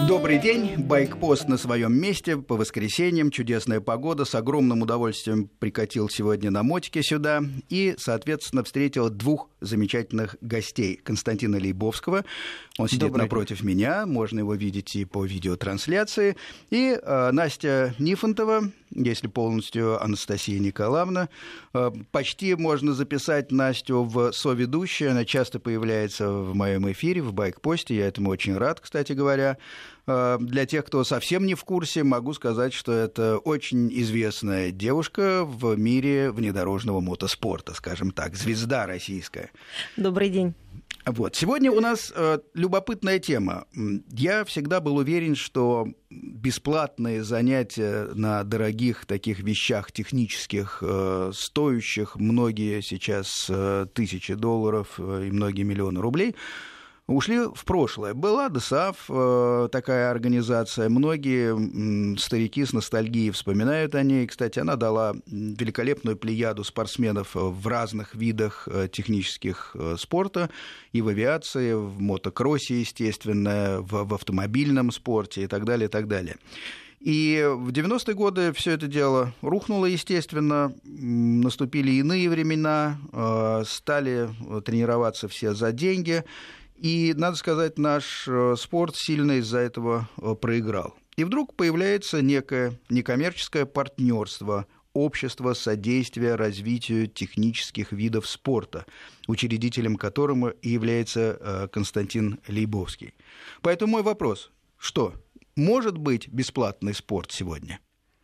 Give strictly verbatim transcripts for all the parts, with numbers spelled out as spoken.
Добрый день. Байкпост на своем месте. По воскресеньям чудесная погода. С огромным удовольствием прикатил сегодня на мотике сюда. И, соответственно, встретил двух замечательных гостей. Константина Лейбовского. Он сидит Добрый напротив день. меня. Можно его видеть и по видеотрансляции. И э, Настя Нифонтова, если полностью Анастасия Николаевна. Э, почти можно записать Настю в соведущую. Она часто появляется в моем эфире, в Байкпосте. Я этому очень рад, кстати говоря. Для тех, кто совсем не в курсе, могу сказать, что это очень известная девушка в мире внедорожного мотоспорта, скажем так, звезда российская. Добрый день. Вот. Сегодня у нас э, любопытная тема. Я всегда был уверен, что бесплатные занятия на дорогих таких вещах технических, э, стоящих многие сейчас э, тысячи долларов э, и многие миллионы рублей, ушли в прошлое. Была ДОСААФ, э, такая организация. Многие м, старики с ностальгией вспоминают о ней. Кстати, она дала великолепную плеяду спортсменов в разных видах э, технических э, спорта. И в авиации, в мотокроссе, естественно, в, в автомобильном спорте и так далее, и так далее. И в девяностые годы все это дело рухнуло, естественно, наступили иные времена, э, стали тренироваться все за деньги. И, надо сказать, наш спорт сильно из-за этого проиграл. И вдруг появляется некое некоммерческое партнерство, общество содействия развитию технических видов спорта, учредителем которого является Константин Лейбовский. Поэтому мой вопрос, что, может быть бесплатный спорт сегодня?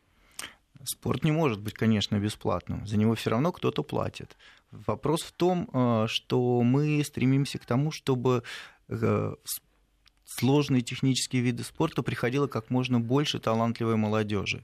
Спорт не может быть, конечно, бесплатным. За него все равно кто-то платит. Вопрос в том, что мы стремимся к тому, чтобы в сложные технические виды спорта приходило как можно больше талантливой молодежи.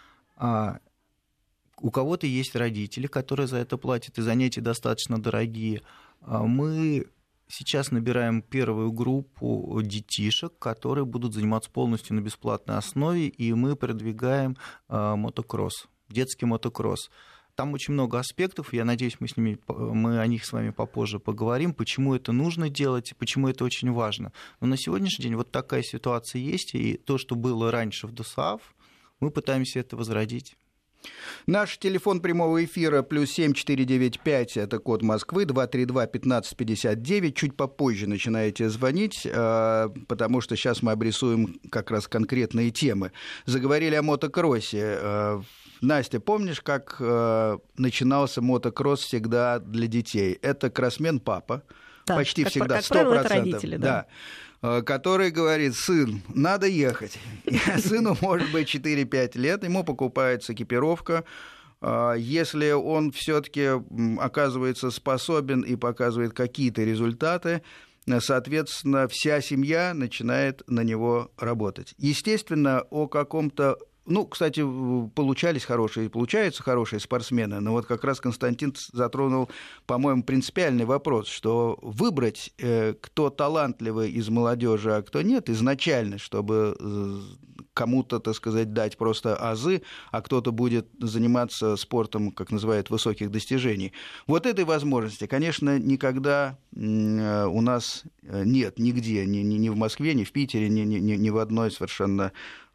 У кого-то есть родители, которые за это платят, и занятия достаточно дорогие. Мы сейчас набираем первую группу детишек, которые будут заниматься полностью на бесплатной основе, и мы продвигаем мотокросс, детский мотокросс. Там очень много аспектов, я надеюсь, мы, с ними, мы о них с вами попозже поговорим, почему это нужно делать, почему это очень важно. Но на сегодняшний день вот такая ситуация есть, и то, что было раньше в ДОСААФ, мы пытаемся это возродить. Наш телефон прямого эфира плюс семь четыре девять пять, это код Москвы, два три два пятнадцать пятьдесят девять. Чуть попозже начинаете звонить, потому что сейчас мы обрисуем как раз конкретные темы. Заговорили о мотокроссе. Настя, помнишь, как э, начинался мотокросс всегда для детей? Это кроссмен папа, да, почти как, всегда, сто процентов. Как правило, это родители, да. Да, который говорит: сын, надо ехать. Сыну может быть четыре-пять лет, ему покупается экипировка. Если он все-таки оказывается способен и показывает какие-то результаты, соответственно, вся семья начинает на него работать. Естественно, о каком-то... Ну, кстати, получались хорошие, получаются хорошие спортсмены, но вот как раз Константин затронул, по-моему, принципиальный вопрос, что выбрать, кто талантливый из молодежи, а кто нет, изначально, чтобы кому-то, так сказать, дать просто азы, а кто-то будет заниматься спортом, как называют, высоких достижений. Вот этой возможности, конечно, никогда у нас нет нигде, ни, ни в Москве, ни в Питере, ни, ни, ни в одной совершенно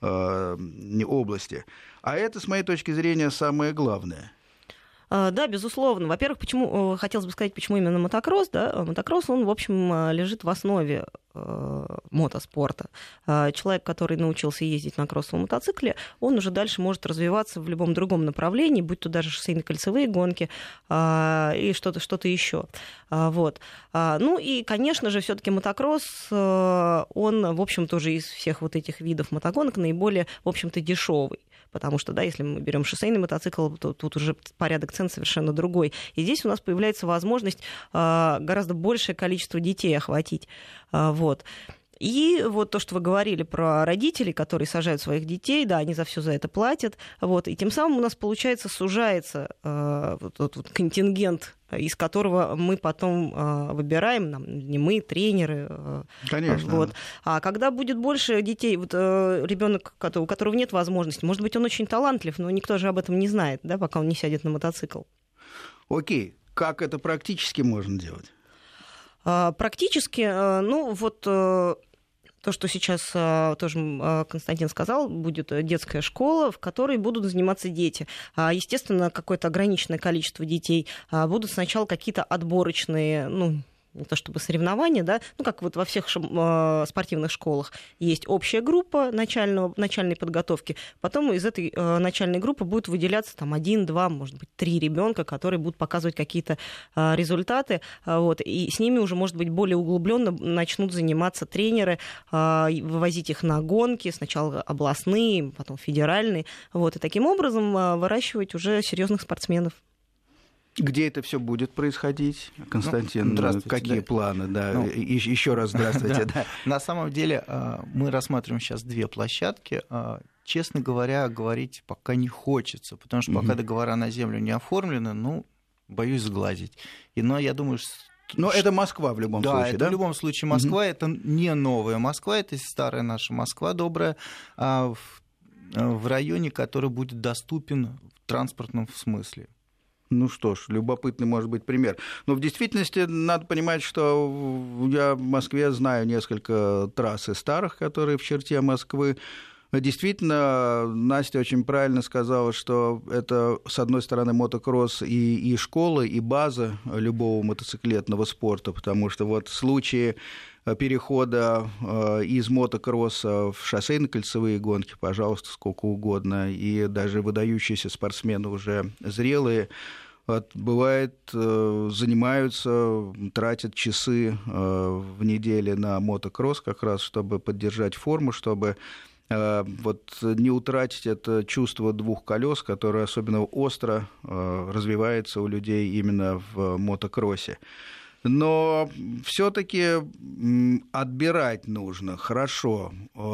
области. А это, с моей точки зрения, самое главное. Да, безусловно. Во-первых, почему, хотелось бы сказать, почему именно мотокросс. Да? Мотокросс, он, в общем, лежит в основе мотоспорта. Человек, который научился ездить на кроссовом мотоцикле, он уже дальше может развиваться в любом другом направлении, будь то даже шоссейно-кольцевые гонки и что-то, что-то еще. Вот. Ну и, конечно же, все-таки мотокросс, он, в общем-то, уже из всех вот этих видов мотогонок наиболее, в общем-то, дешевый. Потому что, да, если мы берем шоссейный мотоцикл, то тут уже порядок цен совершенно другой. И здесь у нас появляется возможность гораздо большее количество детей охватить. Вот. И вот то, что вы говорили про родителей, которые сажают своих детей, да, они за все за это платят, вот, и тем самым у нас, получается, сужается э, вот тот вот контингент, из которого мы потом э, выбираем, нам, не мы, тренеры. Э, Конечно. Вот. А когда будет больше детей, вот, э, ребенок, у которого нет возможности, может быть, он очень талантлив, но никто же об этом не знает, да, пока он не сядет на мотоцикл. Окей, как это практически можно делать? Практически, ну вот, то то, что сейчас тоже Константин сказал, будет детская школа, в которой будут заниматься дети. Естественно, какое-то ограниченное количество детей. Будут сначала какие-то отборочные, ну, не то чтобы соревнования, да, ну, как вот во всех э, спортивных школах есть общая группа начального, начальной подготовки, потом из этой э, начальной группы будет выделяться там один, два, может быть, три ребенка, которые будут показывать какие-то э, результаты, э, вот, и с ними уже, может быть, более углубленно начнут заниматься тренеры, э, вывозить их на гонки, сначала областные, потом федеральные, вот, и таким образом э, выращивать уже серьезных спортсменов. Где это все будет происходить, Константин? Ну, какие да. планы? Да. Ну, еще раз здравствуйте. Да. Да. На самом деле мы рассматриваем сейчас две площадки. Честно говоря, говорить пока не хочется, потому что пока угу. договора на землю не оформлены, ну, боюсь сглазить. И, но я думаю, что... Но это Москва в любом да, случае, это да? в любом случае Москва, угу. это не новая Москва, это старая наша Москва добрая, а в, в районе, который будет доступен в транспортном смысле. Ну что ж, любопытный может быть пример. Но в действительности надо понимать, что я в Москве знаю несколько трасс из старых, которые в черте Москвы. Действительно, Настя очень правильно сказала, что это, с одной стороны, мотокросс и, и школа, и база любого мотоциклетного спорта, потому что вот в случае перехода из мотокросса в шоссейно-кольцевые гонки, пожалуйста, сколько угодно, и даже выдающиеся спортсмены уже зрелые, бывает, занимаются, тратят часы в неделю на мотокросс как раз, чтобы поддержать форму, чтобы вот не утратить это чувство двух колес, которое особенно остро развивается у людей именно в мотокроссе. Но все-таки отбирать нужно хорошо.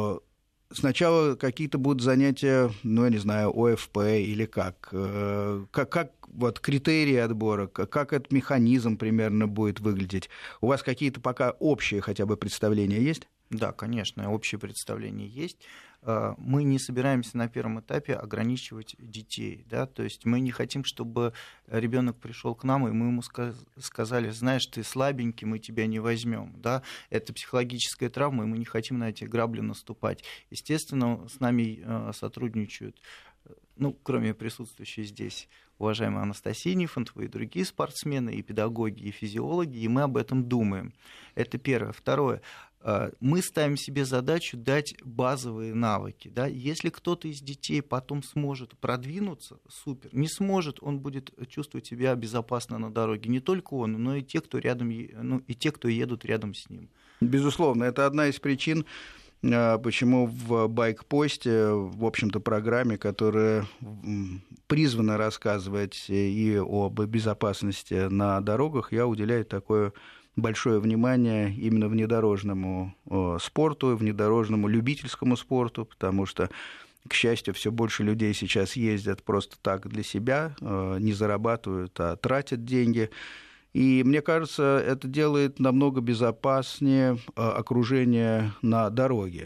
Сначала какие-то будут занятия, ну, я не знаю, о эф пэ или как? Как, как вот критерии отбора, как этот механизм примерно будет выглядеть? У вас какие-то пока общие хотя бы представления есть? Да, конечно, общее представление есть. Мы не собираемся на первом этапе ограничивать детей, да, то есть мы не хотим, чтобы ребенок пришел к нам, и мы ему сказали, знаешь, ты слабенький, мы тебя не возьмем, да, это психологическая травма, и мы не хотим на эти грабли наступать. Естественно, с нами сотрудничают, ну, кроме присутствующей здесь уважаемой Анастасии Нифонтовой, и другие спортсмены, и педагоги, и физиологи, и мы об этом думаем. Это первое. Второе. Мы ставим себе задачу дать базовые навыки. Да? Если кто-то из детей потом сможет продвинуться, супер. Не сможет, он будет чувствовать себя безопасно на дороге. Не только он, но и те, кто рядом, ну, и те, кто едут рядом с ним. Безусловно, это одна из причин, почему в «Байкпосте», в общем-то, программе, которая призвана рассказывать и об безопасности на дорогах, я уделяю такое большое внимание именно внедорожному спорту, внедорожному любительскому спорту, потому что, к счастью, все больше людей сейчас ездят просто так для себя, не зарабатывают, а тратят деньги. И мне кажется, это делает намного безопаснее окружение на дороге.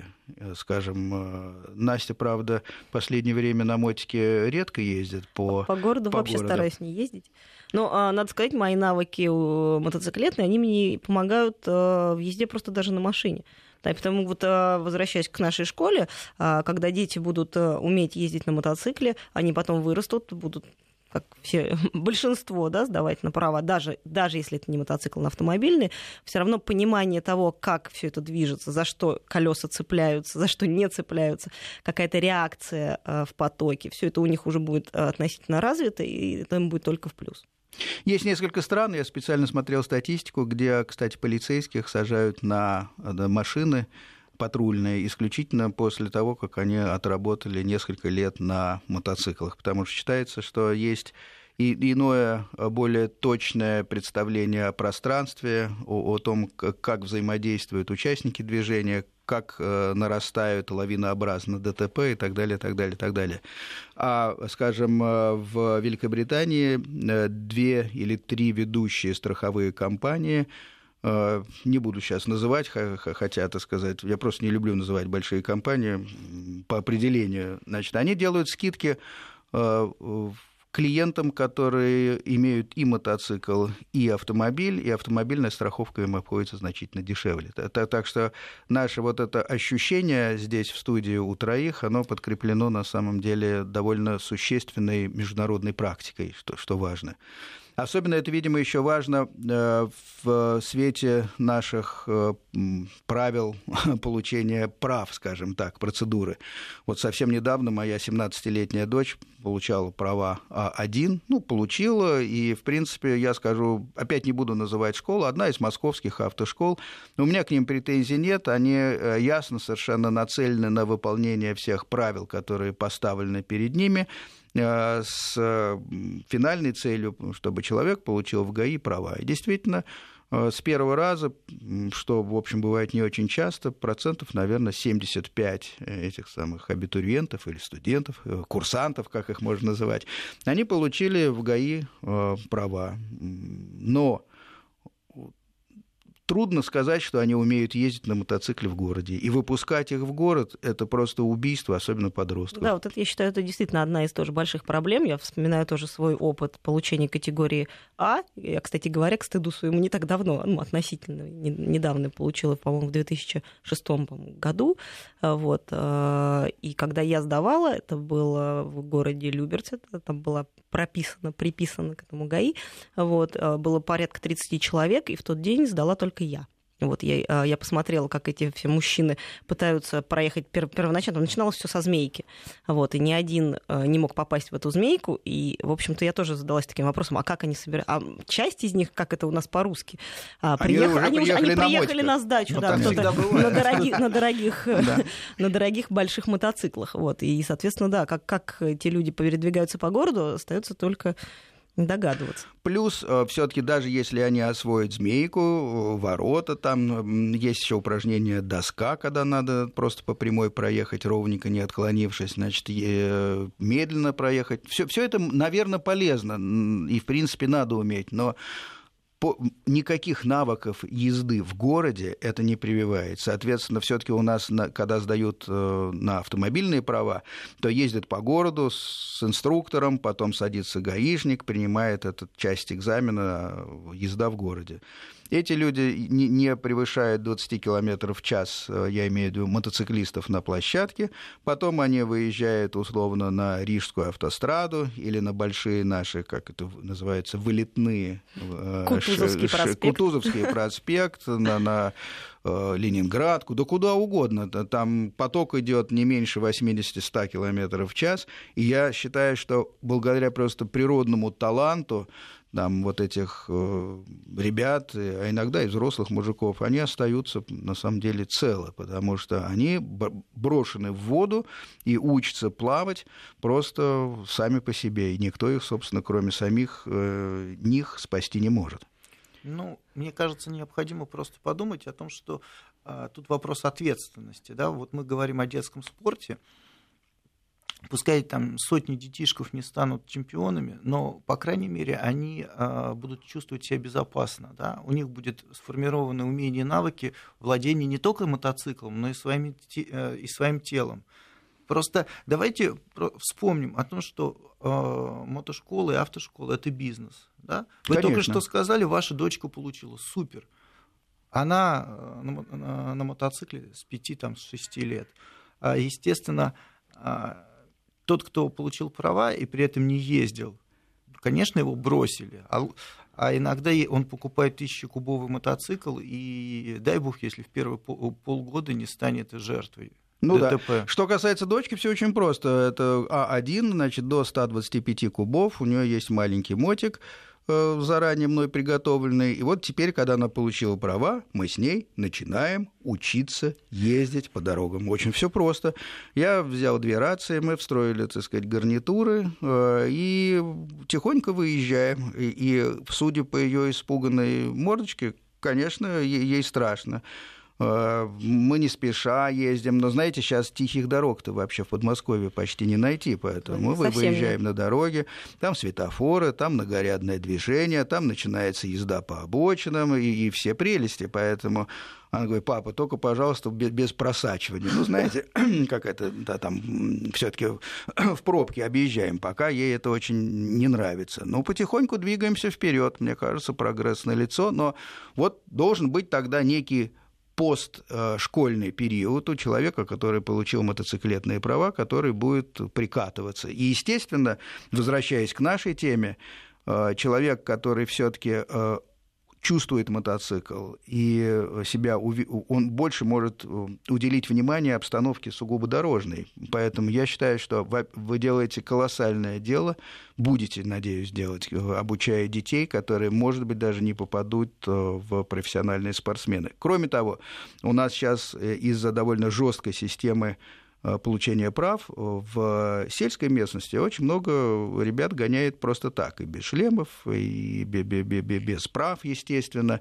Скажем, Настя, правда, в последнее время на мотике редко ездит по По городу по вообще городу. Стараюсь не ездить. Но, надо сказать, мои навыки мотоциклетные, они мне помогают в езде просто даже на машине. Да, и потому вот, возвращаясь к нашей школе, когда дети будут уметь ездить на мотоцикле, они потом вырастут, будут, как все, большинство, да, сдавать на права, даже, даже если это не мотоцикл, а автомобильный, все равно понимание того, как все это движется, за что колеса цепляются, за что не цепляются, какая-то реакция в потоке, все это у них уже будет относительно развито, и это им будет только в плюс. Есть несколько стран, я специально смотрел статистику, где, кстати, полицейских сажают на машины патрульные исключительно после того, как они отработали несколько лет на мотоциклах, потому что считается, что есть и иное, более точное представление о пространстве, о, о том, как взаимодействуют участники движения, как нарастают лавинообразно ДТП и так далее, так далее, так далее. А, скажем, в Великобритании две или три ведущие страховые компании, не буду сейчас называть, хотя, так сказать, я просто не люблю называть большие компании по определению, значит, они делают скидки клиентам, которые имеют и мотоцикл, и автомобиль, и автомобильная страховка им обходится значительно дешевле. Так что наше вот это ощущение здесь в студии у троих, оно подкреплено на самом деле довольно существенной международной практикой, что, что важно. Особенно это, видимо, еще важно в свете наших правил получения прав, скажем так, процедуры. Вот совсем недавно моя семнадцатилетняя дочь получала права А один, ну, получила, и, в принципе, я скажу, опять не буду называть школу, одна из московских автошкол, но у меня к ним претензий нет, они ясно совершенно нацелены на выполнение всех правил, которые поставлены перед ними, с финальной целью, чтобы человек получил в ГАИ права. И действительно, с первого раза, что, в общем, бывает не очень часто, процентов, наверное, семьдесят пять этих самых абитуриентов или студентов, курсантов, как их можно называть, они получили в ГАИ права. Но трудно сказать, что они умеют ездить на мотоцикле в городе. И выпускать их в город – это просто убийство, особенно подростков. Да, вот это, я считаю, это действительно одна из тоже больших проблем. Я вспоминаю тоже свой опыт получения категории А. Я, кстати говоря, к стыду своему не так давно, ну, относительно недавно получила, по-моему, в две тысячи шестом году. Вот. И когда я сдавала, это было в городе Люберцы, там была прописано, приписано к этому ГАИ. Вот. Было порядка тридцать человек, и в тот день сдала только я. Вот я, я посмотрела, как эти все мужчины пытаются проехать пер, первоначально. Начиналось все со змейки. Вот, и ни один не мог попасть в эту змейку. И, в общем-то, я тоже задалась таким вопросом, а как они собираются? А часть из них, как это у нас по-русски, они, приех... они, уже они приехали, на, приехали на сдачу, ну, да, кто-то на, дороги... на, дорогих... на дорогих больших мотоциклах. Вот. И, соответственно, да, как, как эти люди передвигаются по городу, остается только догадываться. Плюс, все-таки, даже если они освоят змейку, ворота, там есть еще упражнение доска, когда надо просто по прямой проехать, ровненько не отклонившись, значит, медленно проехать. Все, все это, наверное, полезно, и, в принципе, надо уметь, но никаких навыков езды в городе это не прививает. Соответственно, все-таки у нас, когда сдают на автомобильные права, то ездят по городу с инструктором, потом садится гаишник, принимает эту часть экзамена езда в городе. Эти люди не превышают двадцать километров в час, я имею в виду мотоциклистов на площадке, потом они выезжают условно на Рижскую автостраду или на большие наши, как это называется, вылетные Кутузовский ш... проспект, Кутузовский проспект на, на Ленинград, куда, куда угодно. Там поток идет не меньше восемьдесят-сто километров в час, и я считаю, что благодаря просто природному таланту там вот этих э, ребят, а иногда и взрослых мужиков, они остаются на самом деле целы, потому что они брошены в воду и учатся плавать просто сами по себе, и никто их, собственно, кроме самих э, них спасти не может. Ну, мне кажется, необходимо просто подумать о том, что а, тут вопрос ответственности. Да? Вот мы говорим о детском спорте. Пускай там сотни детишков не станут чемпионами, но, по крайней мере, они а, будут чувствовать себя безопасно. Да? У них будет сформированы умения и навыки владения не только мотоциклом, но и, своими, и своим телом. Просто давайте вспомним о том, что э, мотошкола и автошкола – это бизнес. Да? Вы Конечно. только что сказали, ваша дочка получила. Супер. Она на, на, на мотоцикле с пяти, там, с шести лет. Естественно, тот, кто получил права и при этом не ездил, конечно, его бросили. А, а иногда он покупает тысячекубовый мотоцикл, и дай бог, если в первые полгода не станет жертвой. Ну ДТП. Да. Что касается дочки, все очень просто. Это А один, значит, до ста двадцати пяти кубов. У нее есть маленький мотик, э, заранее мной приготовленный. И вот теперь, когда она получила права, мы с ней начинаем учиться ездить по дорогам. Очень все просто. Я взял две рации, мы встроили, так сказать, гарнитуры э, и тихонько выезжаем. И, и судя по ее испуганной мордочке, конечно, ей, ей страшно. Мы не спеша ездим, но, знаете, сейчас тихих дорог-то вообще в Подмосковье почти не найти, поэтому мы Совсем выезжаем нет. на дороге, там светофоры, там многорядное движение, там начинается езда по обочинам и, и все прелести, поэтому она говорит: папа, только, пожалуйста, без, без просачивания. Ну, знаете, как это, да, там все-таки в пробке объезжаем, пока ей это очень не нравится. Но потихоньку двигаемся вперед, мне кажется, прогресс налицо, но вот должен быть тогда некий постшкольный период у человека, который получил мотоциклетные права, который будет прикатываться. И, естественно, возвращаясь к нашей теме, человек, который все-таки чувствует мотоцикл и себя, он больше может уделить внимание обстановке сугубо дорожной. Поэтому я считаю, что вы делаете колоссальное дело, будете, надеюсь, делать, обучая детей, которые, может быть, даже не попадут в профессиональные спортсмены. Кроме того, у нас сейчас из-за довольно жесткой системы получения прав в сельской местности очень много ребят гоняет просто так, и без шлемов, и без прав, естественно.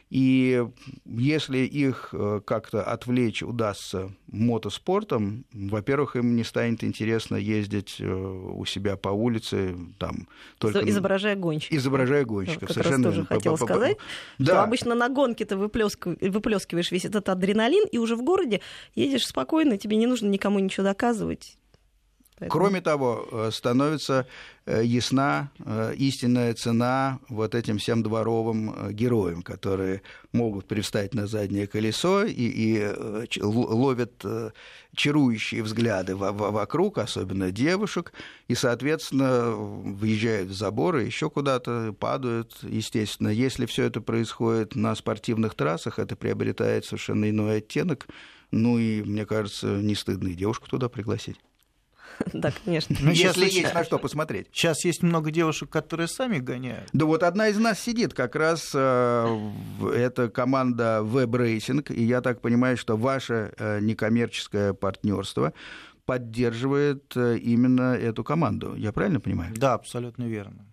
И если их как-то отвлечь удастся мотоспортом, во-первых, им не станет интересно ездить у себя по улице, там, только... изображая гонщика. Изображая гонщика. Как раз тоже хотела сказать, что обычно на гонке ты выплескиваешь весь этот адреналин, и уже в городе едешь спокойно, тебе не нужно никому ничего доказывать. Поэтому... Кроме того, становится ясна истинная цена вот этим всем дворовым героям, которые могут привстать на заднее колесо и, и ловят чарующие взгляды вокруг, особенно девушек, и, соответственно, въезжают в заборы, еще куда-то падают, естественно. Если все это происходит на спортивных трассах, это приобретает совершенно иной оттенок, ну и, мне кажется, не стыдно и девушку туда пригласить. Да, конечно. Ну, если есть на что посмотреть. Сейчас есть много девушек, которые сами гоняют. Да вот одна из нас сидит, как раз э, это команда Web Racing, и я так понимаю, что ваше э, некоммерческое партнерство поддерживает э, именно эту команду. Я правильно понимаю? Да, абсолютно верно.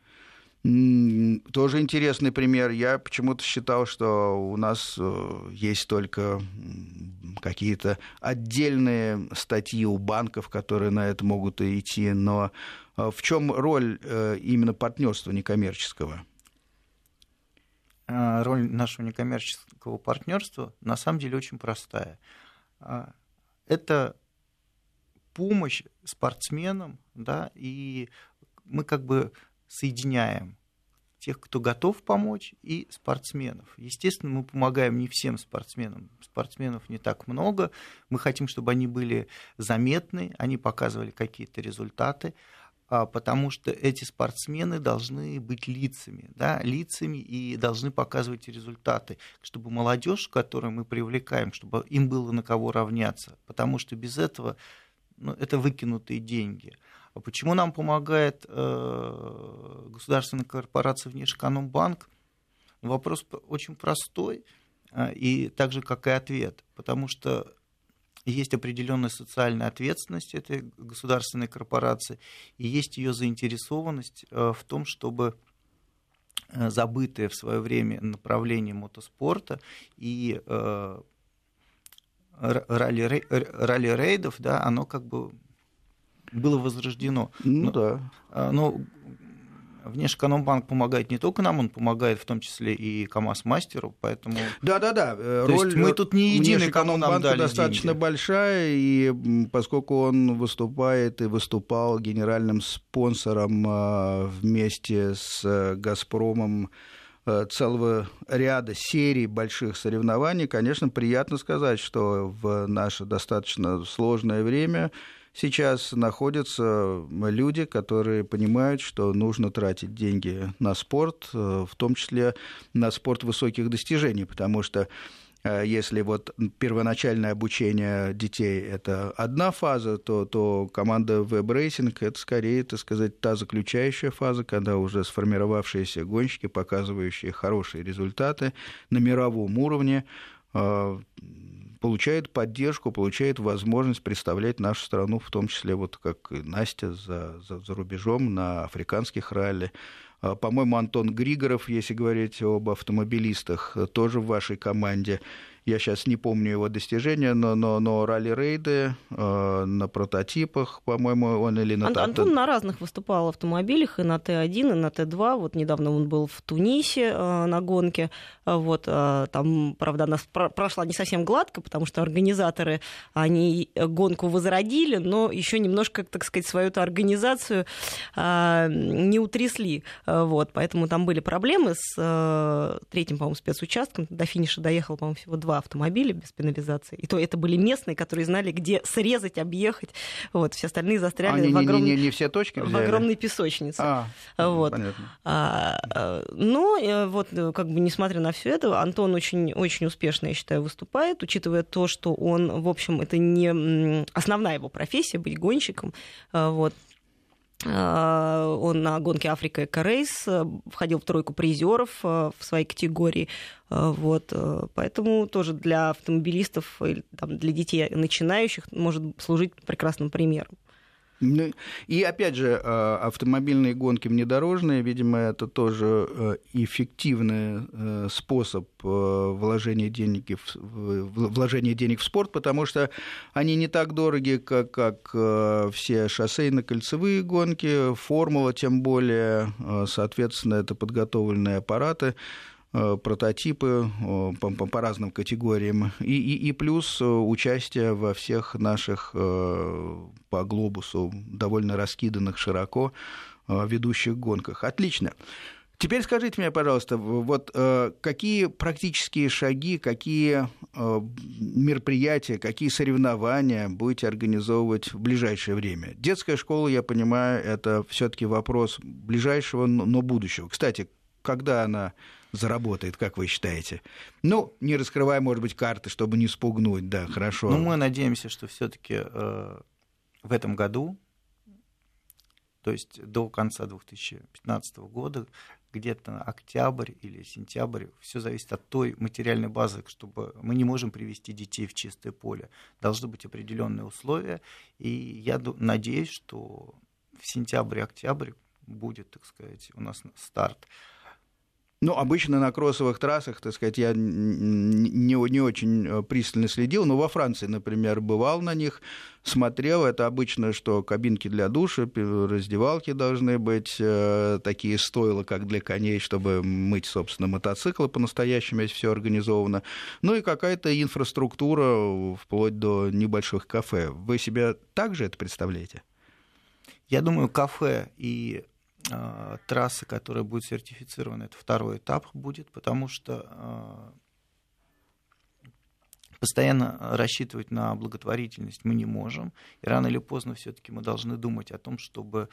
Тоже интересный пример. Я почему-то считал, что у нас есть только какие-то отдельные статьи у банков, которые на это могут идти. Но в чем роль именно партнерства некоммерческого? Роль нашего некоммерческого партнерства на самом деле очень простая. Это помощь спортсменам, да, и мы как бы соединяем тех, кто готов помочь, и спортсменов. Естественно, мы помогаем не всем спортсменам. Спортсменов не так много. Мы хотим, чтобы они были заметны, они показывали какие-то результаты, потому что эти спортсмены должны быть лицами, да, лицами и должны показывать результаты, чтобы молодежь, которую мы привлекаем, чтобы им было на кого равняться, потому что без этого, ну, это выкинутые деньги. А почему нам помогает э, государственная корпорация Внешэкономбанк? Вопрос очень простой, э, и так же, как и ответ. Потому что есть определенная социальная ответственность этой государственной корпорации, и есть ее заинтересованность э, в том, чтобы э, забытое в свое время направление мотоспорта и э, ралли, ралли-рейдов, да, оно как бы было возрождено. Ну но, да. Но Внешэкономбанк помогает не только нам, он помогает в том числе и КамАЗ-мастеру, поэтому... Да-да-да. То Роль есть мы тут не едины, кому нам дали достаточно деньги. Большая, и поскольку он выступает и выступал генеральным спонсором вместе с «Газпромом» целого ряда серий больших соревнований, конечно, приятно сказать, что в наше достаточно сложное время сейчас находятся люди, которые понимают, что нужно тратить деньги на спорт, в том числе на спорт высоких достижений, потому что если вот первоначальное обучение детей – это одна фаза, то, то команда Web Racing – это скорее, так сказать, та заключающая фаза, когда уже сформировавшиеся гонщики, показывающие хорошие результаты на мировом уровне, получает поддержку, получает возможность представлять нашу страну, в том числе, вот как и Настя, за, за, за рубежом, на африканских ралли. По-моему, Антон Григоров, если говорить об автомобилистах, тоже в вашей команде. я сейчас не помню его достижения, но, но, но ралли-рейды э, на прототипах, по-моему, он или на... Ан- Антон на разных выступал автомобилях, и на Т один, и на Т два. Вот недавно он был в Тунисе э, на гонке. Вот, э, там, правда, она про- прошла не совсем гладко, потому что организаторы, они гонку возродили, но еще немножко, так сказать, свою-то организацию э, не утрясли. Вот, поэтому там были проблемы с э, третьим, по-моему, спецучастком. До финиша доехало, по-моему, всего два автомобиля без пенализации. И то это были местные, которые знали, где срезать, объехать. Вот, все остальные застряли Они в, огром... не, не, не все точки в огромной песочнице. А, вот. Понятно. А, но вот, как бы, несмотря на все это, Антон очень, очень успешно, я считаю, выступает, учитывая то, что он, в общем, это не основная его профессия, быть гонщиком. Вот. Он на гонке Африка Эко-рейс входил в тройку призеров в своей категории. Вот. Поэтому тоже для автомобилистов или там, для детей начинающих может служить прекрасным примером. И опять же, автомобильные гонки внедорожные, видимо, это тоже эффективный способ вложения денег в, вложения денег в спорт, потому что они не так дороги, как, как все шоссейно-кольцевые гонки, формула тем более, соответственно, это подготовленные аппараты, прототипы по, по, по разным категориям, и, и, и плюс участие во всех наших по глобусу довольно раскиданных широко ведущих гонках. Отлично. Теперь скажите мне, пожалуйста, вот какие практические шаги, какие мероприятия, какие соревнования будете организовывать в ближайшее время? Детская школа, я понимаю, это все-таки вопрос ближайшего, но будущего. Кстати, когда она заработает, как вы считаете? Ну, не раскрывая, может быть, карты, чтобы не спугнуть, да, хорошо. Ну, мы надеемся, что все-таки э, в этом году, то есть до конца две тысячи пятнадцатого года, где-то октябрь или сентябрь, все зависит от той материальной базы, чтобы мы не можем привести детей в чистое поле. Должны быть определенные условия, и я надеюсь, что в сентябре-октябре будет, так сказать, у нас старт. Ну, обычно на кроссовых трассах, так сказать, я не, не очень пристально следил, но во Франции, например, бывал на них, смотрел. Это обычно, что кабинки для душа, раздевалки должны быть, такие стойла, как для коней, чтобы мыть, собственно, мотоциклы по-настоящему, если все организовано. Ну и какая-то инфраструктура, вплоть до небольших кафе. Вы себе также это представляете? Я думаю, кафе и трассы, которая будет сертифицирована, это второй этап будет, потому что постоянно рассчитывать на благотворительность мы не можем, и рано или поздно все-таки мы должны думать о том, чтобы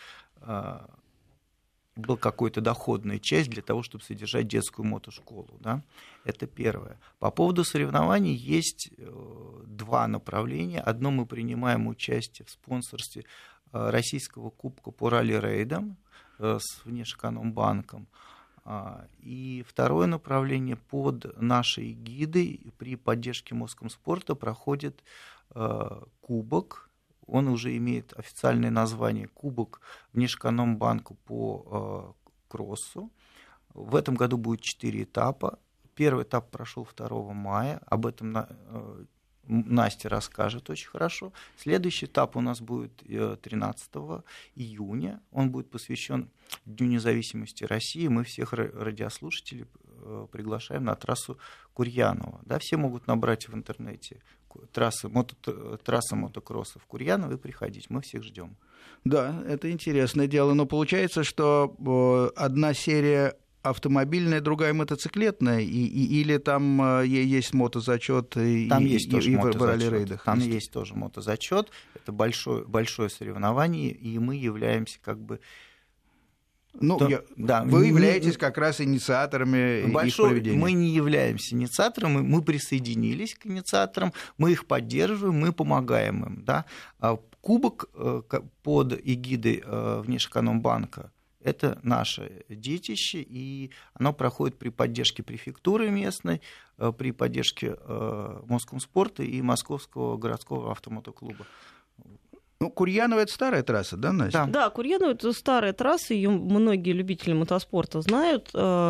была какая-то доходная часть для того, чтобы содержать детскую мотошколу. Да? Это первое. По поводу соревнований есть два направления. Одно, мы принимаем участие в спонсорстве российского кубка по ралли-рейдам с Внешэкономбанком. И второе направление, под нашей гидой при поддержке Москомспорта проходит кубок. Он уже имеет официальное название «Кубок Внешэкономбанка по кроссу». В этом году будет четыре этапа. Первый этап прошел второго мая. Об этом Настя расскажет очень хорошо. Следующий этап у нас будет тринадцатого июня. Он будет посвящен Дню независимости России. Мы всех радиослушателей приглашаем на трассу Курьянова. Да, все могут набрать в интернете трасса, мото, трасса мотокросса в Курьяново и приходить. Мы всех ждем. Да, это интересное дело. Но получается, что одна серия автомобильная, другая мотоциклетная, и, и, или там есть мотозачет и, там есть и, тоже и мотозачет. в ралли-рейдах? Там есть. есть тоже мотозачет. Это большое, большое соревнование, и мы являемся как бы... Ну, То, я, да, вы не, являетесь как раз инициаторами большой, их проведения. Мы не являемся инициаторами, мы присоединились к инициаторам, мы их поддерживаем, мы помогаем им. Да? Кубок под эгидой Внешэкономбанка — это наше детище, и оно проходит при поддержке префектуры местной, при поддержке Москомспорта и Московского городского автомотоклуба. Ну, Курьяново — это старая трасса, да, Настя? Да, да, Курьяново — это старая трасса, ее многие любители мотоспорта знают.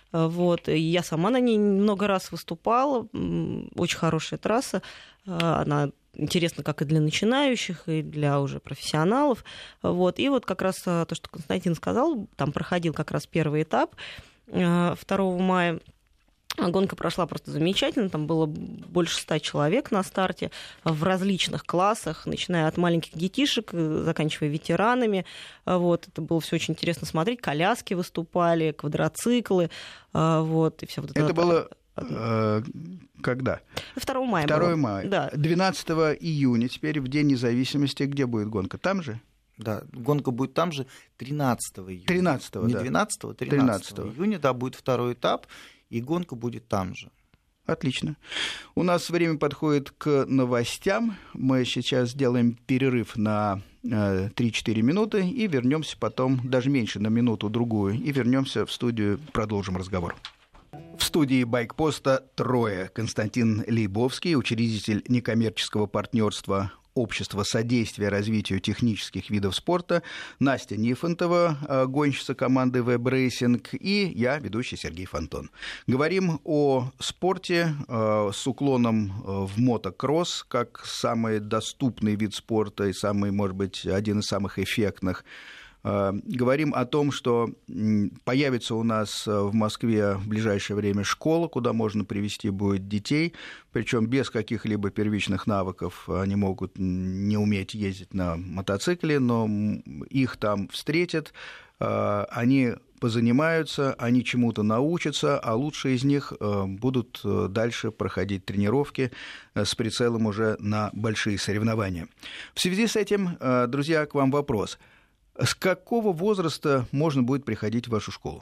Вот. И я сама на ней много раз выступала. Очень хорошая трасса. Она интересна как и для начинающих, и для уже профессионалов. Вот. И вот как раз то, что Константин сказал, там проходил как раз первый этап второго мая. Гонка прошла просто замечательно, там было больше ста человек на старте в различных классах, начиная от маленьких детишек, заканчивая ветеранами. Вот. Это было все очень интересно смотреть, коляски выступали, квадроциклы. Вот, и всё вот это. Это было э, когда? второго мая. второго мая. Да. двенадцатого июня, теперь в День независимости, где будет гонка? Там же? Да, гонка будет там же тринадцатого июня. тринадцатого, Не да. двенадцатого, тринадцатого июня, да, будет второй этап. И гонка будет там же. Отлично. У нас время подходит к новостям. Мы сейчас сделаем перерыв на три-четыре минуты и вернемся потом, даже меньше, на минуту-другую, и вернемся в студию, продолжим разговор. В студии «Байкпоста» трое. Константин Лейбовский, учредитель некоммерческого партнерства Общество содействия развитию технических видов спорта, Настя Нифонтова, гонщица команды «Веб-рейсинг», и я, ведущий Сергей Фонтон. Говорим о спорте с уклоном в мотокросс, как самый доступный вид спорта и самый, может быть, один из самых эффектных. Говорим о том, что появится у нас в Москве в ближайшее время школа, куда можно привести будет детей, причем без каких-либо первичных навыков. Они могут не уметь ездить на мотоцикле, но их там встретят, они позанимаются, они чему-то научатся, а лучшие из них будут дальше проходить тренировки с прицелом уже на большие соревнования. В связи с этим, друзья, к вам вопрос. С какого возраста можно будет приходить в вашу школу?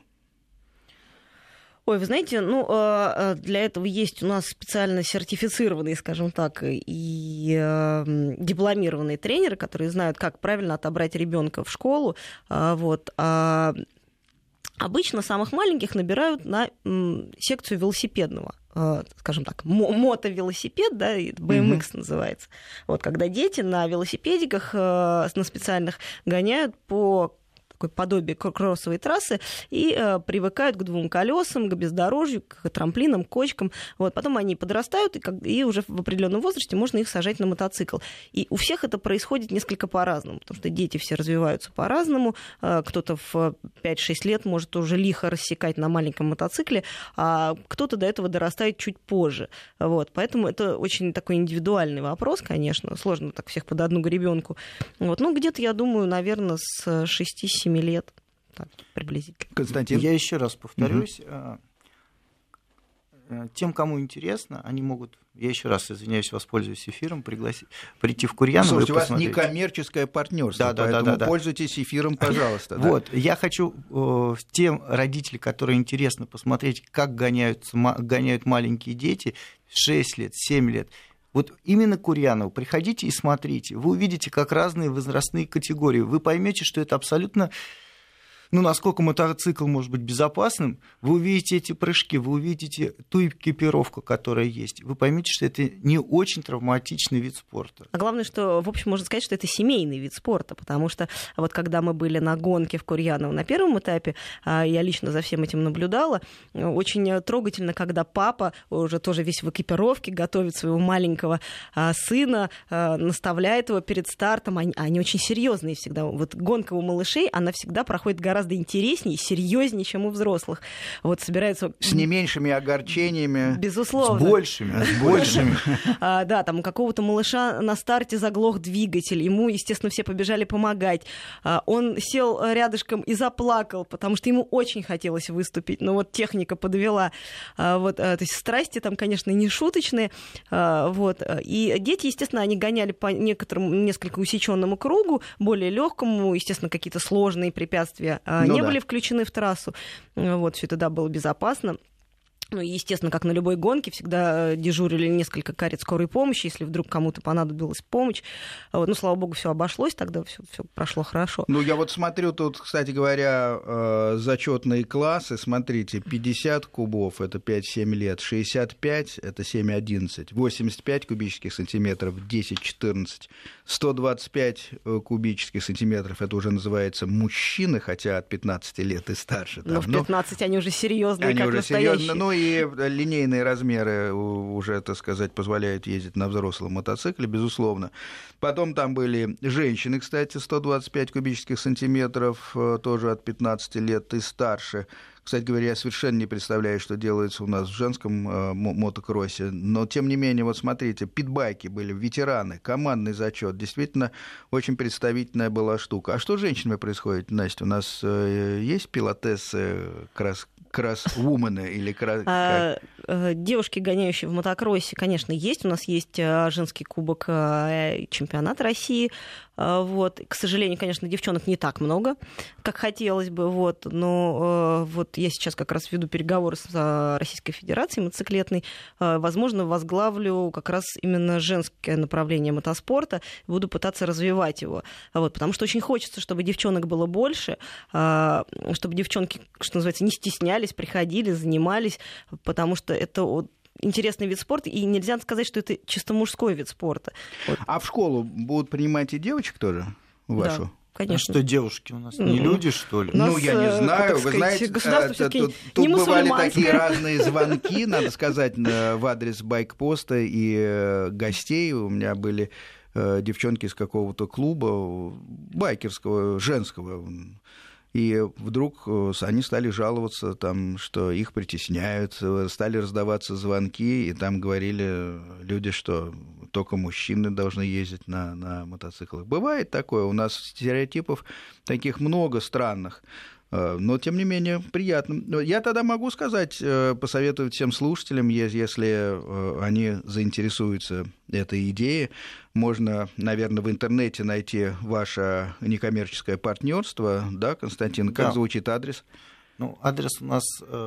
Ой, вы знаете, ну, для этого есть у нас специально сертифицированные, скажем так, и дипломированные тренеры, которые знают, как правильно отобрать ребенка в школу. Вот. Обычно самых маленьких набирают на секцию велосипедного, скажем так, мотовелосипед, да, бэ эм икс mm-hmm. называется. Вот, когда дети на велосипедиках, на специальных гоняют по такое подобие кроссовой трассы и э, привыкают к двум колесам, к бездорожью, к трамплинам, к кочкам. Вот. Потом они подрастают, и, как, и уже в определенном возрасте можно их сажать на мотоцикл. И у всех это происходит несколько по-разному, потому что дети все развиваются по-разному. Э, кто-то в пять-шесть лет может уже лихо рассекать на маленьком мотоцикле, а кто-то до этого дорастает чуть позже. Вот. Поэтому это очень такой индивидуальный вопрос, конечно. Сложно так всех под одну гребенку. Вот. Ну, где-то, я думаю, наверное, с шести-семи лет, так, приблизительно. Константин? Я еще раз повторюсь. Угу. Тем, кому интересно, они могут, я еще раз извиняюсь, воспользуюсь эфиром, пригласить, прийти в Курьяново. Слушайте, у вас некоммерческое партнерство, да, поэтому да, да, да, пользуйтесь эфиром, пожалуйста. Вот, да. Я хочу э, тем родителям, которые интересно посмотреть, как гоняются, гоняют маленькие дети, шесть лет, семь лет, вот именно Курьяново, приходите и смотрите, вы увидите, как разные возрастные категории, вы поймете, что это абсолютно, ну, насколько мотоцикл может быть безопасным, вы увидите эти прыжки, вы увидите ту экипировку, которая есть, вы поймете, что это не очень травматичный вид спорта. А главное, что, в общем, можно сказать, что это семейный вид спорта, потому что вот когда мы были на гонке в Курьяново на первом этапе, я лично за всем этим наблюдала, очень трогательно, когда папа уже тоже весь в экипировке готовит своего маленького сына, наставляет его перед стартом, они, они очень серьезные всегда. Вот гонка у малышей, она всегда проходит гораздо интереснее, серьезнее, чем у взрослых. Вот собираются... С не меньшими огорчениями. Безусловно. С большими. С большими. А, да, там у какого-то малыша на старте заглох двигатель. Ему, естественно, все побежали помогать. А, он сел рядышком и заплакал, потому что ему очень хотелось выступить. Но вот техника подвела. А, вот, а, то есть страсти там, конечно, не шуточные. А, вот. И дети, естественно, они гоняли по некоторому, несколько усеченному кругу, более легкому, естественно, какие-то сложные препятствия ну, не да. были включены в трассу. Вот, все это, да, было безопасно. Ну, естественно, как на любой гонке, всегда дежурили несколько карет скорой помощи, если вдруг кому-то понадобилась помощь. Вот. Ну, слава богу, все обошлось, тогда все прошло хорошо. Ну, я вот смотрю тут, кстати говоря, зачетные классы. Смотрите, пятьдесят кубов — это пять-семь лет, шестьдесят пять — это семь-одиннадцать, восемьдесят пять кубических сантиметров — десять-четырнадцать, сто двадцать пять кубических сантиметров — это уже называется мужчины, хотя от пятнадцати лет и старше. Там. Но в пятнадцать но... они уже серьезные, они как уже настоящие. Серьезно, ну и линейные размеры уже, так сказать, позволяют ездить на взрослом мотоцикле, безусловно. Потом там были женщины, кстати, сто двадцать пять кубических сантиметров, тоже от пятнадцати лет и старше. Кстати говоря, я совершенно не представляю, что делается у нас в женском э, мотокроссе. Но, тем не менее, вот смотрите, питбайки были, ветераны, командный зачет. Действительно, очень представительная была штука. А что с женщинами происходит, Настя? У нас э, есть пилотессы крас... кросс-вумены или крас... а, девушки, гоняющие в мотокроссе, конечно, есть. У нас есть женский кубок чемпионата России. Вот. К сожалению, конечно, девчонок не так много, как хотелось бы. Вот. Но вот я сейчас как раз веду переговоры с Российской Федерацией мотоциклетной. Возможно, возглавлю как раз именно женское направление мотоспорта. Буду пытаться развивать его. Вот. Потому что очень хочется, чтобы девчонок было больше, чтобы девчонки, что называется, не стеснялись, приходили, занимались, потому что это интересный вид спорта, и нельзя сказать, что это чисто мужской вид спорта. Вот. А в школу будут принимать и девочек тоже вашу? Да. Конечно. А что, девушки у нас не ну, люди, что ли? Ну, я не знаю. Вы знаете, тут, тут бывали такие разные звонки, надо сказать, в адрес байкпоста и гостей. У меня были девчонки из какого-то клуба байкерского, женского. И вдруг они стали жаловаться, там, что их притесняют, стали раздаваться звонки, и там говорили люди, что только мужчины должны ездить на, на мотоциклах. Бывает такое, у нас стереотипов таких много странных. Но, тем не менее, приятно. Я тогда могу сказать, посоветовать всем слушателям, если они заинтересуются этой идеей, можно, наверное, в интернете найти ваше некоммерческое партнерство, да, Константин? Как да. звучит адрес? Ну, адрес у нас...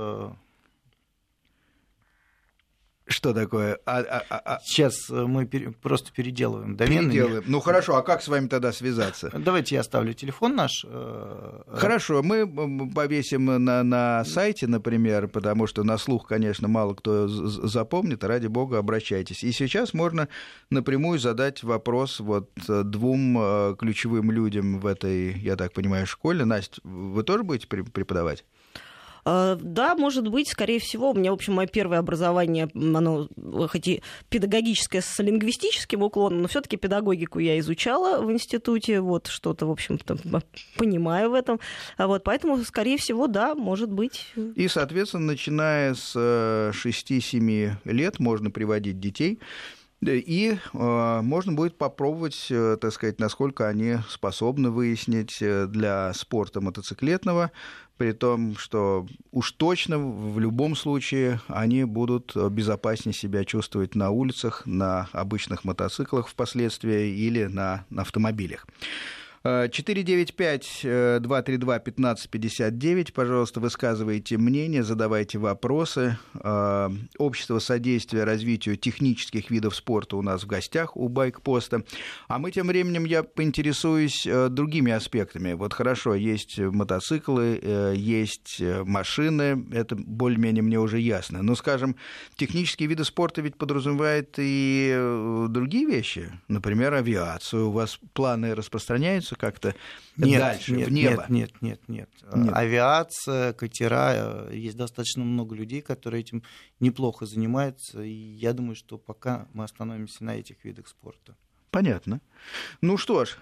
Что такое? А, а, а... Сейчас мы пере... просто переделываем доменные. Переделываем. Ну хорошо, а как с вами тогда связаться? Давайте я оставлю телефон наш. Хорошо, мы повесим на, на сайте, например, потому что на слух, конечно, мало кто запомнит, ради бога, обращайтесь. И сейчас можно напрямую задать вопрос вот двум ключевым людям в этой, я так понимаю, школе. Настя, вы тоже будете преподавать? Да, может быть, скорее всего. У меня, в общем, мое первое образование, оно хоть и педагогическое с лингвистическим уклоном, но все-таки педагогику я изучала в институте, вот что-то, в общем-то, понимаю в этом. Вот, поэтому, скорее всего, да, может быть. И, соответственно, начиная с шести-семи лет можно приводить детей. И э, можно будет попробовать, э, так сказать, насколько они способны выяснить для спорта мотоциклетного, при том, что уж точно в любом случае они будут безопаснее себя чувствовать на улицах, на обычных мотоциклах впоследствии или на, на автомобилях. четыре девять пять два три два пятнадцать пятьдесят девять. Пожалуйста, высказывайте мнение, задавайте вопросы. Общество содействия развитию технических видов спорта у нас в гостях у байкпоста. А мы тем временем, я поинтересуюсь другими аспектами. Вот хорошо, есть мотоциклы, есть машины, это более-менее мне уже ясно. Но, скажем, технические виды спорта ведь подразумевают и другие вещи. Например, авиацию. У вас планы распространяются как-то нет, дальше, нет, в небо? Нет, нет, нет, нет. Авиация, катера, есть достаточно много людей, которые этим неплохо занимаются, и я думаю, что пока мы остановимся на этих видах спорта. Понятно. Ну что ж,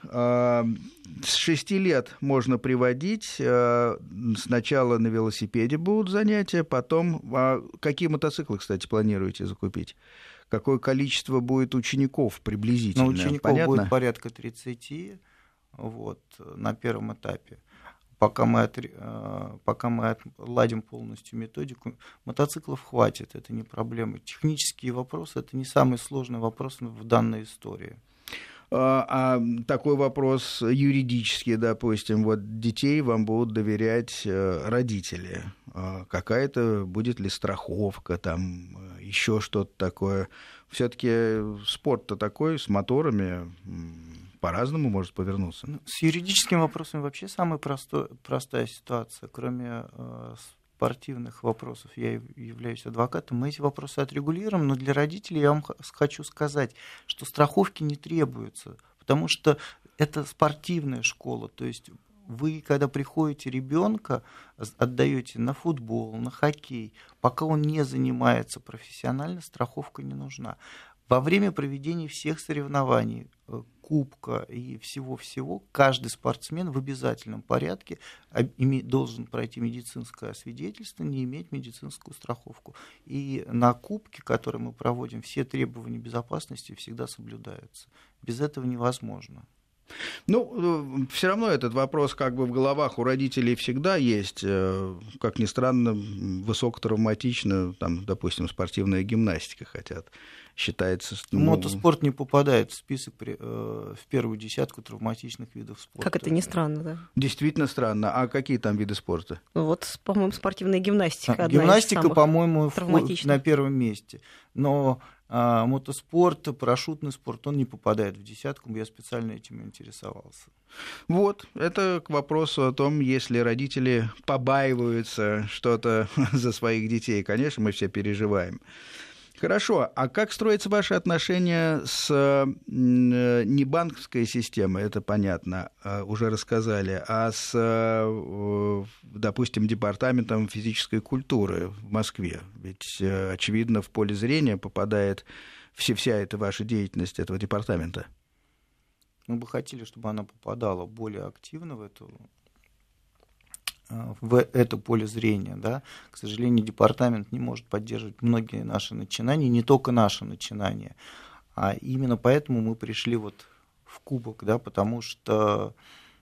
с шести лет можно приводить. Сначала на велосипеде будут занятия, потом... Какие мотоциклы, кстати, планируете закупить? Какое количество будет учеников приблизительно? Ну, учеников Понятно? Будет порядка тридцати. Вот, на первом этапе. Пока мы, от, пока мы отладим полностью методику, мотоциклов хватит, это не проблема. Технические вопросы — это не самый сложный вопрос в данной истории. А, а такой вопрос юридический, допустим, вот детей вам будут доверять родители. Какая-то будет ли страховка, там еще что-то такое. Все-таки спорт-то такой, с моторами по-разному может повернуться. С юридическим вопросом вообще самая простой, простая ситуация. Кроме э, спортивных вопросов, я являюсь адвокатом, мы эти вопросы отрегулируем, но для родителей я вам хочу сказать, что страховки не требуются, потому что это спортивная школа, то есть вы, когда приходите ребенка, отдаете на футбол, на хоккей, пока он не занимается профессионально, страховка не нужна. Во время проведения всех соревнований, кубка и всего-всего, каждый спортсмен в обязательном порядке должен пройти медицинское освидетельство, не иметь медицинскую страховку. И на кубке, который мы проводим, все требования безопасности всегда соблюдаются. Без этого невозможно. Ну, все равно этот вопрос как бы в головах у родителей всегда есть. Как ни странно, высокотравматично, там, допустим, спортивная гимнастика хотят. Считается, ну... Мотоспорт не попадает в список в первую десятку травматичных видов спорта. Как это ни странно, да? Действительно странно. А какие там виды спорта? Ну, вот, по-моему, спортивная гимнастика. А, гимнастика, по-моему, на первом месте. Но а, мотоспорт, парашютный спорт, он не попадает в десятку. Я специально этим интересовался. Вот, это к вопросу о том, если родители побаиваются что-то за своих детей. Конечно, мы все переживаем. Хорошо, а как строятся ваши отношения с не банковской системой, это понятно, уже рассказали, а с, допустим, департаментом физической культуры в Москве? Ведь, очевидно, в поле зрения попадает вся, вся эта ваша деятельность этого департамента. Мы бы хотели, чтобы она попадала более активно в эту... в это поле зрения, да. К сожалению, департамент не может поддерживать многие наши начинания, не только наши начинания, а именно поэтому мы пришли вот в кубок, да, потому что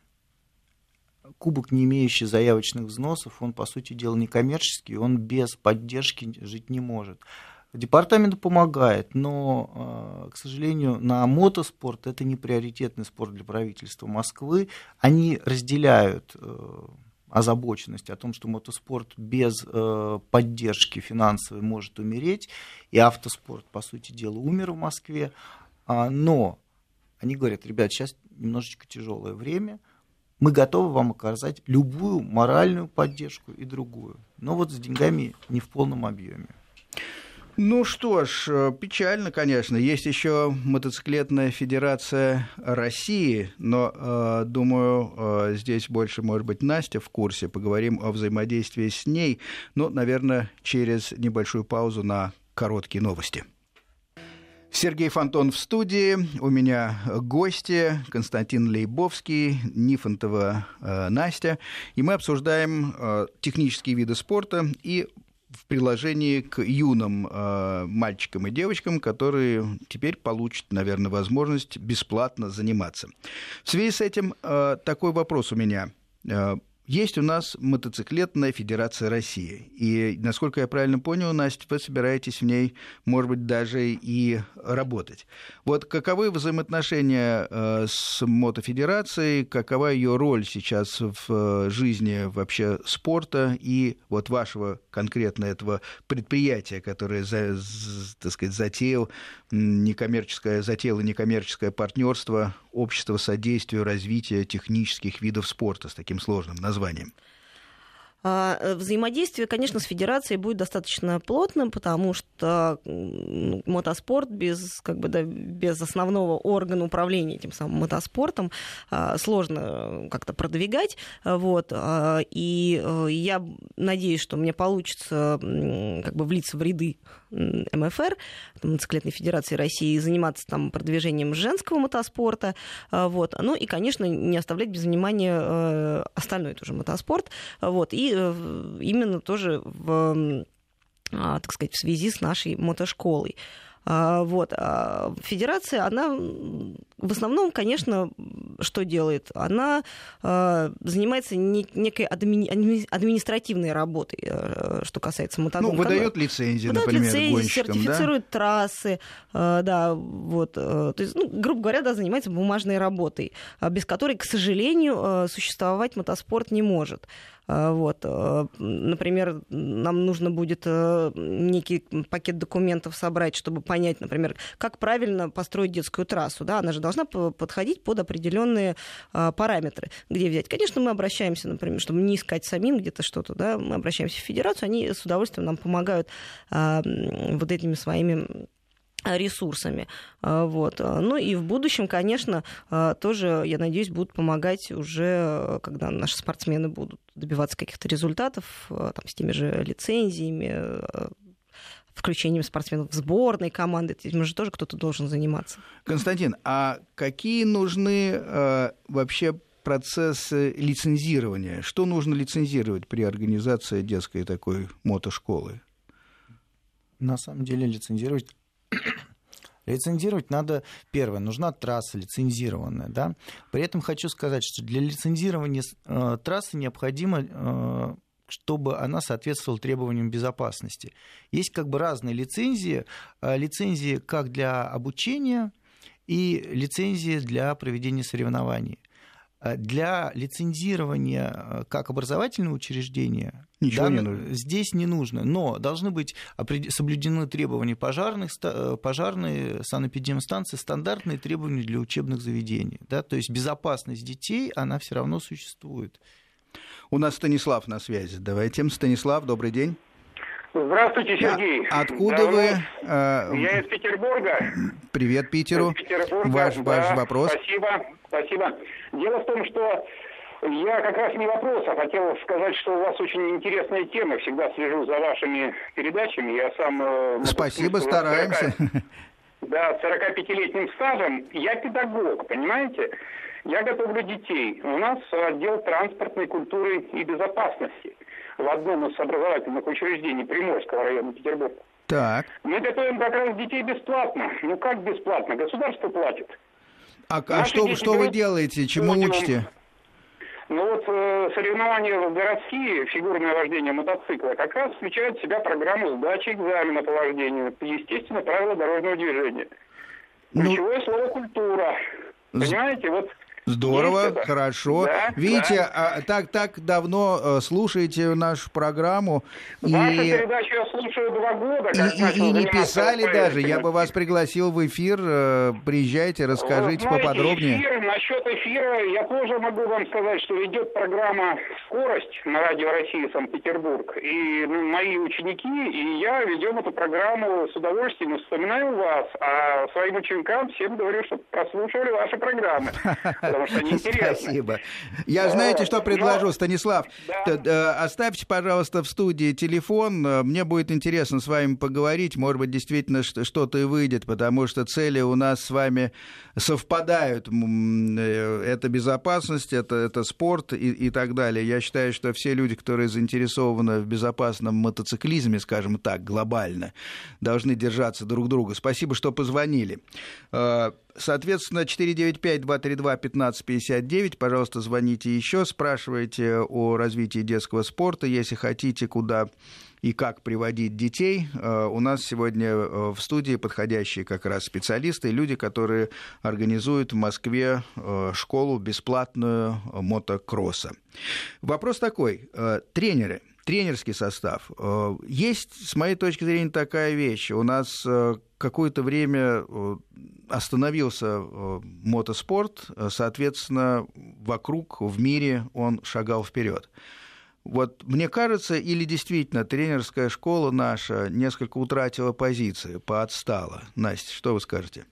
кубок, не имеющий заявочных взносов, он, по сути дела, некоммерческий, он без поддержки жить не может. Департамент помогает, но, к сожалению, на мотоспорт это не приоритетный спорт для правительства Москвы. Они разделяют озабоченность о том, что мотоспорт без э, поддержки финансовой может умереть, и автоспорт, по сути дела, умер в Москве, а, но они говорят: ребят, сейчас немножечко тяжелое время, мы готовы вам оказать любую моральную поддержку и другую, но вот с деньгами не в полном объеме. Ну что ж, печально, конечно. Есть еще мотоциклетная федерация России, но, э, думаю, э, здесь больше, может быть, Настя в курсе. Поговорим о взаимодействии с ней, ну, наверное, через небольшую паузу на короткие новости. Сергей Фонтон в студии. У меня гости Константин Лейбовский, Нифонтова э, Настя. И мы обсуждаем э, технические виды спорта и в приложении к юным э, мальчикам и девочкам, которые теперь получат, наверное, возможность бесплатно заниматься. В связи с этим э, такой вопрос у меня. Э, Есть у нас мотоциклетная федерация России. И, насколько я правильно понял, Настя, вы собираетесь в ней, может быть, даже и работать. Вот каковы взаимоотношения с мотофедерацией, какова ее роль сейчас в жизни вообще спорта и вот вашего конкретно этого предприятия, которое, так сказать, затеял некоммерческое, затеяло некоммерческое партнерство общества содействию развития технических видов спорта с таким сложным названием? Взаимодействие, конечно, с федерацией будет достаточно плотным, потому что мотоспорт без, как бы, да, без основного органа управления этим самым мотоспортом сложно как-то продвигать. Вот. И я надеюсь, что мне получится как бы влиться в ряды эм эф эр, Мотоциклетной федерации России, заниматься там продвижением женского мотоспорта. Вот. Ну и, конечно, не оставлять без внимания остальной тоже мотоспорт. Вот. И именно тоже в, так сказать, в связи с нашей мотошколой. Вот. А федерация, она в основном, конечно, что делает? Она занимается некой административной работой, что касается мотогонок. Ну, выдает лицензии, выдает например, лицензии, гонщикам, сертифицирует да? трассы, да, вот. То есть, ну, грубо говоря, да, занимается бумажной работой, без которой, к сожалению, существовать мотоспорт не может. Вот. Например, нам нужно будет некий пакет документов собрать, чтобы понять, например, как правильно построить детскую трассу. Да? Она же должна подходить под определенные параметры. Где взять? Конечно, мы обращаемся, например, чтобы не искать самим где-то что-то, да? Мы обращаемся в федерацию, они с удовольствием нам помогают вот этими своими ресурсами. Вот. Ну и в будущем, конечно, тоже, я надеюсь, будут помогать уже, когда наши спортсмены будут добиваться каких-то результатов, там, с теми же лицензиями, включением спортсменов в сборной команды. Этим же тоже кто-то должен заниматься. Константин, а какие нужны э, вообще процессы лицензирования? Что нужно лицензировать при организации детской такой мотошколы? На самом деле лицензировать... Лицензировать надо, первое, нужна трасса лицензированная. Да? При этом хочу сказать, что для лицензирования э, трассы необходимо, э, чтобы она соответствовала требованиям безопасности. Есть как бы разные лицензии. Э, лицензии как для обучения и лицензии для проведения соревнований. Для лицензирования как образовательного учреждения Ничего да, не нужно. Здесь не нужно, но должны быть соблюдены требования пожарных, пожарные санэпидемстанции, стандартные требования для учебных заведений. Да, то есть безопасность детей, она все равно существует. У нас Станислав на связи. Давайте. Станислав, добрый день. Здравствуйте, Сергей. А откуда Давно... вы? Я из Петербурга. Привет, Питеру. Из Петербурга. Ваш, да, ваш вопрос. Спасибо, спасибо. Дело в том, что я как раз не вопрос, а хотел сказать, что у вас очень интересная тема. Всегда слежу за вашими передачами. Я сам... Спасибо, стараемся. сорока, да, с сорокапятилетним стажем. Я педагог, понимаете? Я готовлю детей. У нас отдел транспортной культуры и безопасности в одном из образовательных учреждений Приморского района Петербурга. Так. Мы готовим как раз детей бесплатно. Ну как бесплатно? Государство платит. А, а что, что вы делаете? Чему подиум. учите? Ну вот э, соревнования городские, фигурное вождение мотоцикла, как раз включают в себя программу сдачи экзамена по вождению. Естественно, правила дорожного движения. Ключевое ну... слово «культура». Понимаете, вот... Здорово, хорошо. Да, Видите, да. А, так, так давно слушаете нашу программу. Вашу и... передачу я слушаю два года. Как и, и, и не писали даже. Я бы вас пригласил в эфир. Приезжайте, расскажите вот, знаете, поподробнее. Эфир, насчет эфира я тоже могу вам сказать, что идет программа «Скорость» на Радио России Санкт-Петербург. И ну, мои ученики и я ведем эту программу с удовольствием. Вспоминаю вас, а своим ученикам всем говорю, что прослушивали ваши программы. Потому что они интересны. Спасибо. Я знаете, что предложу, Станислав? Да. Оставьте, пожалуйста, в студии телефон. Мне будет интересно с вами поговорить. Может быть, действительно что-то и выйдет, потому что цели у нас с вами совпадают. Это безопасность, это, это спорт и, и так далее. Я считаю, что все люди, которые заинтересованы в безопасном мотоциклизме, скажем так, глобально, должны держаться друг друга. Спасибо, что позвонили. Соответственно, четыре девять пять два три два пятнадцать пятьдесят девять. Пожалуйста, звоните еще, спрашивайте о развитии детского спорта. Если хотите, куда и как приводить детей. У нас сегодня в студии подходящие как раз специалисты, люди, которые организуют в Москве школу бесплатную мотокросса. Вопрос такой. Тренеры. Тренерский состав. Есть, с моей точки зрения, такая вещь. У нас какое-то время остановился мотоспорт, соответственно, вокруг, в мире он шагал вперед. Вот мне кажется, или действительно тренерская школа наша несколько утратила позиции, поотстала. Настя, что вы скажете?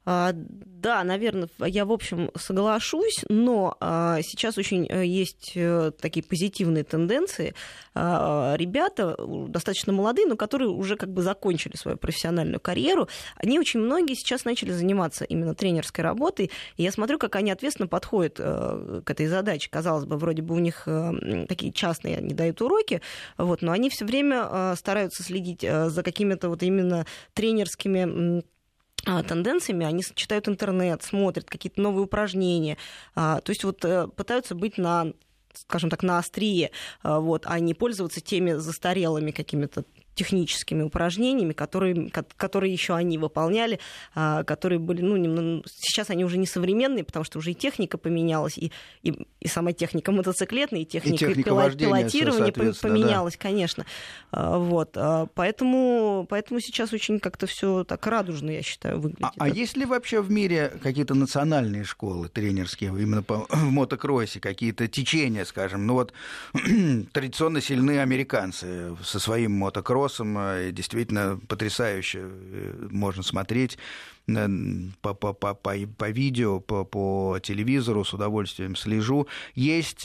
Да, наверное, я, в общем, соглашусь, но сейчас очень есть такие позитивные тенденции. Ребята достаточно молодые, но которые уже как бы закончили свою профессиональную карьеру, они очень многие сейчас начали заниматься именно тренерской работой, и я смотрю, как они ответственно подходят к этой задаче. Казалось бы, вроде бы у них такие частные, они дают уроки, вот, но они все время стараются следить за какими-то вот именно тренерскими тенденциями, они читают интернет, смотрят какие-то новые упражнения, то есть вот пытаются быть на, скажем так, на острие, вот, а не пользоваться теми застарелыми какими-то техническими упражнениями, которые, которые еще они выполняли, которые были, ну, немного, сейчас они уже не современные, потому что уже и техника поменялась, и, и, и сама техника мотоциклетная, и техника, и техника пилотирования поменялась, да. Конечно. Вот. Поэтому, поэтому сейчас очень как-то все так радужно, я считаю, выглядит. А, а есть ли вообще в мире какие-то национальные школы тренерские, именно по, в мотокроссе, какие-то течения, скажем? Ну вот традиционно сильны американцы со своим мотокроссом, действительно потрясающе можно смотреть по, по, по, по видео, по, по телевизору, с удовольствием слежу. Есть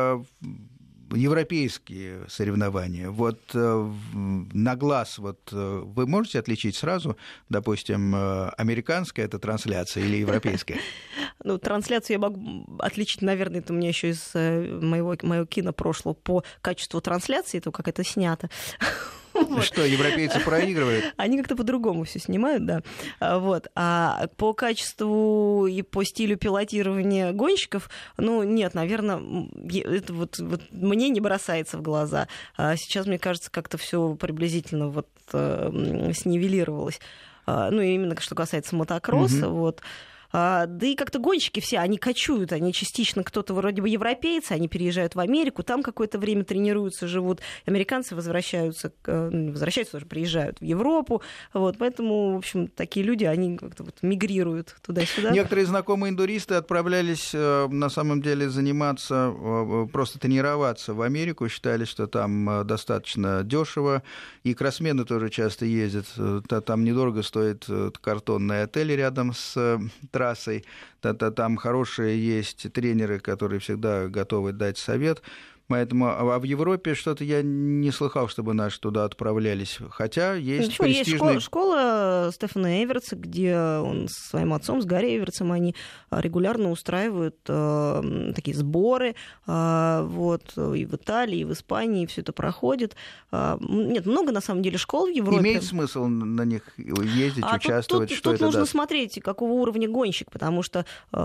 европейские соревнования. Вот на глаз вот вы можете отличить сразу, допустим, американская это трансляция или европейская? Ну, трансляцию я могу отличить, наверное, это у меня еще из моего, моего кино прошлого по качеству трансляции, то, как это снято. Вот. Что, европейцы проигрывают? Они как-то по-другому все снимают, да. Вот. А по качеству и по стилю пилотирования гонщиков, ну, нет, наверное, это вот, вот мне не бросается в глаза. А сейчас, мне кажется, как-то все приблизительно вот снивелировалось. Ну, именно что касается мотокросса, угу. Вот. Да и как-то гонщики все, они кочуют, они частично, кто-то вроде бы европейцы, они переезжают в Америку, там какое-то время тренируются, живут. Американцы возвращаются, возвращаются тоже, приезжают в Европу. Вот, поэтому, в общем, такие люди, они как-то вот мигрируют туда-сюда. Некоторые знакомые эндуристы отправлялись, на самом деле, заниматься, просто тренироваться в Америку, считали, что там достаточно дешево, и кроссмены тоже часто ездят, там недорого стоит картонный отель рядом с трассой, там хорошие есть тренеры, которые всегда готовы дать совет. Поэтому, а в Европе что-то я не слыхал, чтобы наши туда отправлялись. Хотя есть Почему? престижные... Есть школа, школа Стефана Эверца, где он со своим отцом, с Гарри Эверцем, они регулярно устраивают э, такие сборы. Э, вот, и в Италии, и в Испании все это проходит. Э, нет, много, на самом деле, школ в Европе. Имеет смысл на них ездить, а участвовать? Тут, что тут это нужно даст? смотреть, какого уровня гонщик, потому что,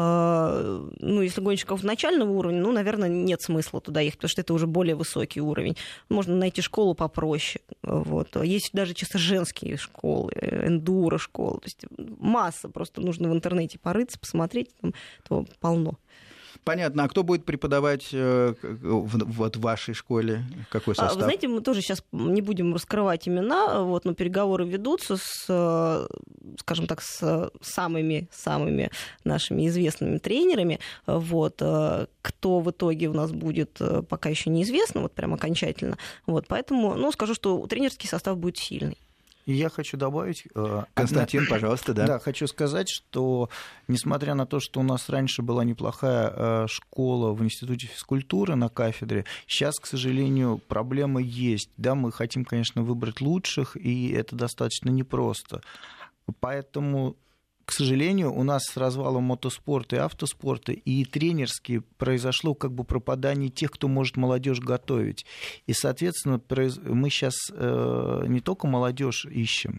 э, ну, если гонщиков начального уровня, ну, наверное, нет смысла туда ехать, потому что это уже более высокий уровень. Можно найти школу попроще. Вот. Есть даже чисто женские школы, эндуро-школы. То есть масса. Просто нужно в интернете порыться, посмотреть, там этого полно. Понятно. А кто будет преподавать в, вот, в вашей школе? Какой состав? Вы знаете, мы тоже сейчас не будем раскрывать имена, вот, но переговоры ведутся с, скажем так, с самыми, самыми нашими известными тренерами. Вот. Кто в итоге у нас будет, пока еще неизвестно, вот прям окончательно. Вот. Поэтому, ну, скажу, что тренерский состав будет сильный. И я хочу добавить... Константин, одна... пожалуйста, да. Да, хочу сказать, что несмотря на то, что у нас раньше была неплохая школа в Институте физкультуры на кафедре, сейчас, к сожалению, проблема есть. Да, мы хотим, конечно, выбрать лучших, и это достаточно непросто. Поэтому... К сожалению, у нас с развалом мотоспорта и автоспорта и тренерски произошло как бы пропадание тех, кто может молодежь готовить. И, соответственно, мы сейчас не только молодежь ищем,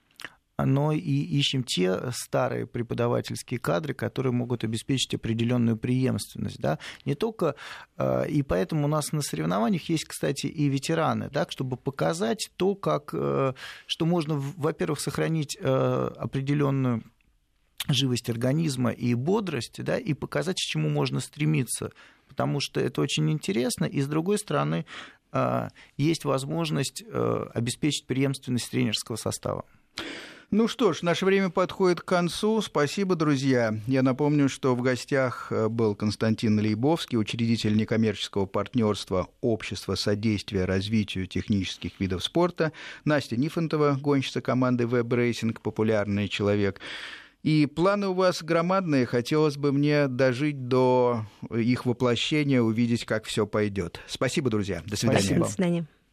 но и ищем те старые преподавательские кадры, которые могут обеспечить определенную преемственность. Да? Не только... И поэтому у нас на соревнованиях есть, кстати, и ветераны, да, чтобы показать то, как... что можно, во-первых, сохранить определенную живость организма и бодрость, да, и показать, к чему можно стремиться, потому что это очень интересно, и, с другой стороны, есть возможность обеспечить преемственность тренерского состава. Ну что ж, наше время подходит к концу. Спасибо, друзья. Я напомню, что в гостях был Константин Лейбовский, учредитель некоммерческого партнерства Общества содействия развитию технических видов спорта, Настя Нифонтова, гонщица команды Web Racing, популярный человек. И планы у вас громадные. Хотелось бы мне дожить до их воплощения, увидеть, как все пойдет. Спасибо, друзья. До свидания. Спасибо. До свидания.